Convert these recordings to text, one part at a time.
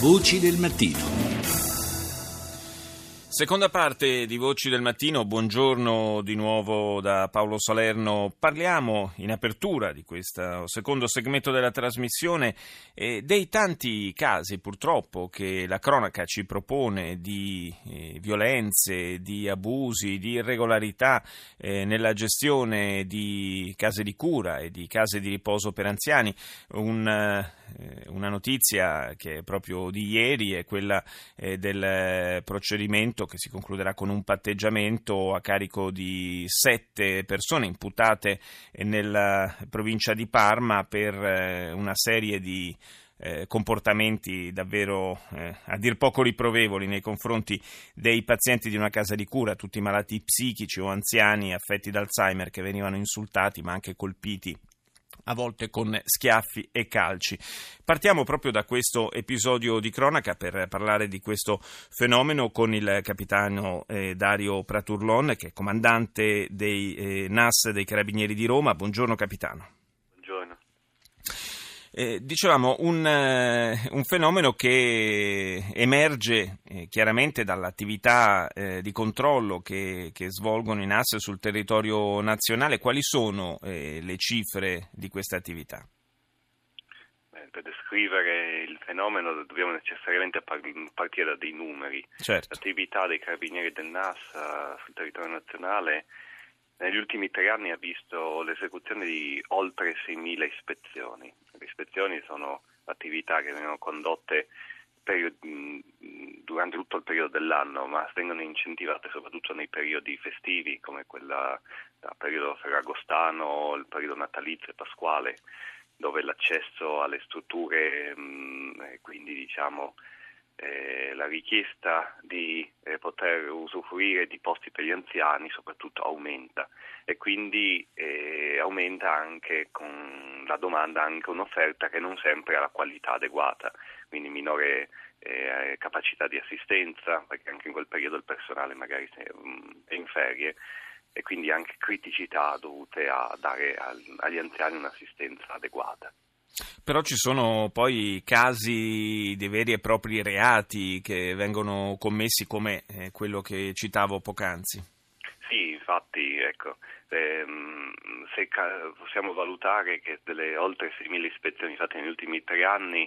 Voci del mattino. Seconda parte di Voci del Mattino, buongiorno di nuovo da Paolo Salerno. Parliamo in apertura di questo secondo segmento della trasmissione dei tanti casi purtroppo che la cronaca ci propone di violenze, di abusi, di irregolarità nella gestione di case di cura e di case di riposo per anziani. Una notizia che è proprio di ieri è quella del procedimento che si concluderà con un patteggiamento a carico di 7 persone imputate nella provincia di Parma per una serie di comportamenti davvero a dir poco riprovevoli nei confronti dei pazienti di una casa di cura, tutti malati psichici o anziani affetti da Alzheimer, che venivano insultati ma anche colpiti a volte con schiaffi e calci. Partiamo proprio da questo episodio di cronaca per parlare di questo fenomeno con il capitano Dario Praturlon, che è comandante dei NAS dei Carabinieri di Roma. Buongiorno capitano. Buongiorno. Dicevamo un fenomeno che emerge chiaramente dall'attività di controllo che svolgono i NAS sul territorio nazionale. Quali sono le cifre di questa attività? Per descrivere il fenomeno dobbiamo necessariamente partire da dei numeri. Certo. L'attività dei carabinieri del NAS sul territorio nazionale negli ultimi 3 anni ha visto l'esecuzione di oltre 6.000 ispezioni. Le ispezioni sono attività che vengono condotte durante tutto il periodo dell'anno, ma vengono incentivate soprattutto nei periodi festivi, come quella del periodo ferragostano, il periodo natalizio e pasquale, dove l'accesso alle strutture, quindi la richiesta di poter usufruire di posti per gli anziani soprattutto aumenta, e quindi aumenta anche con la domanda anche un'offerta che non sempre ha la qualità adeguata, quindi minore capacità di assistenza, perché anche in quel periodo il personale magari è in ferie, e quindi anche criticità dovute a dare agli anziani un'assistenza adeguata. Però ci sono poi casi di veri e propri reati che vengono commessi, come quello che citavo poc'anzi. Sì, infatti, possiamo valutare che delle oltre 6.000 ispezioni fatte negli ultimi 3 anni,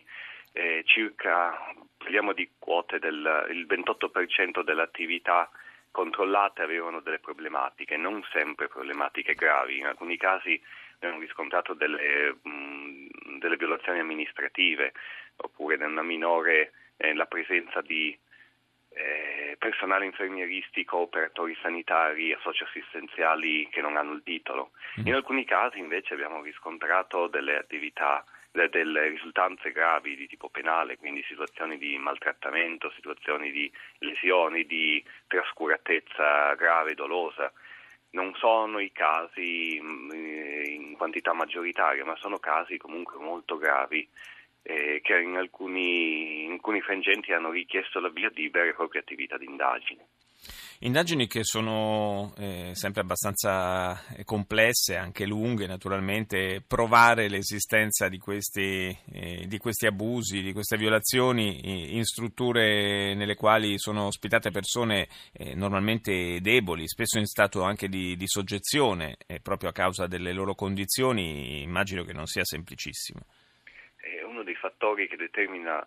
parliamo di quote il 28% delle attività controllate avevano delle problematiche, non sempre problematiche gravi. In alcuni casi abbiamo riscontrato delle violazioni amministrative, oppure una minore la presenza di personale infermieristico, operatori sanitari e socioassistenziali che non hanno il titolo. In alcuni casi invece abbiamo riscontrato delle risultanze gravi di tipo penale, quindi situazioni di maltrattamento, situazioni di lesioni, di trascuratezza grave e dolosa. Non sono i casi in quantità maggioritaria, ma sono casi comunque molto gravi che in alcuni frangenti hanno richiesto l'avvio di vere e proprie attività di indagine. Indagini che sono sempre abbastanza complesse, anche lunghe naturalmente. Provare l'esistenza di questi abusi, di queste violazioni in strutture nelle quali sono ospitate persone normalmente deboli, spesso in stato anche di soggezione, proprio a causa delle loro condizioni, immagino che non sia semplicissimo. Uno dei fattori che determina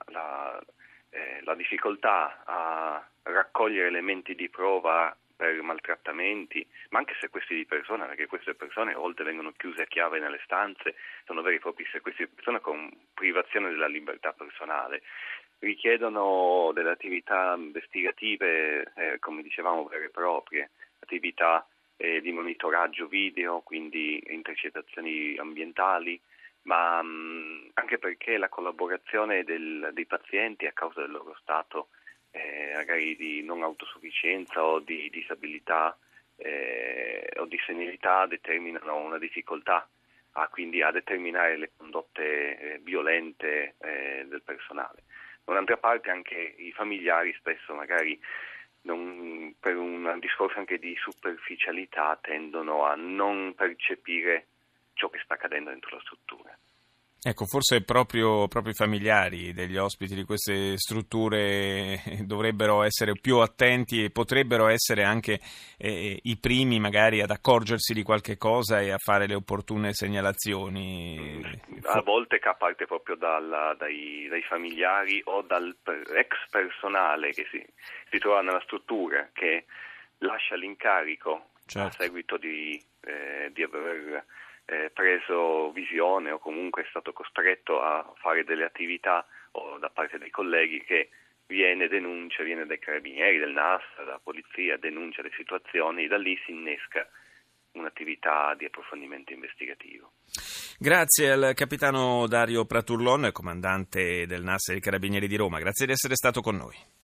la difficoltà a raccogliere elementi di prova per maltrattamenti, ma anche sequestri di persona, perché queste persone a volte vengono chiuse a chiave nelle stanze, sono veri e propri sequestri di persona con privazione della libertà personale, richiedono delle attività investigative, come dicevamo, vere e proprie, attività di monitoraggio video, quindi intercettazioni ambientali, ma anche perché la collaborazione dei pazienti a causa del loro stato magari di non autosufficienza o di disabilità o di senilità determinano una difficoltà quindi a determinare le condotte violente del personale. D'altra parte anche i familiari spesso magari per un discorso anche di superficialità tendono a non percepire ciò che sta accadendo dentro la struttura. Ecco, forse proprio i familiari degli ospiti di queste strutture dovrebbero essere più attenti e potrebbero essere anche i primi magari ad accorgersi di qualche cosa e a fare le opportune segnalazioni. A volte parte proprio dai familiari o dal ex personale che si trova nella struttura, che lascia l'incarico, certo, a seguito di aver preso visione o comunque è stato costretto a fare delle attività o da parte dei colleghi, che viene dai carabinieri, del NAS, dalla polizia, denuncia le situazioni, da lì si innesca un'attività di approfondimento investigativo. Grazie al capitano Dario Praturlon, comandante del NAS dei Carabinieri di Roma. Grazie di essere stato con noi.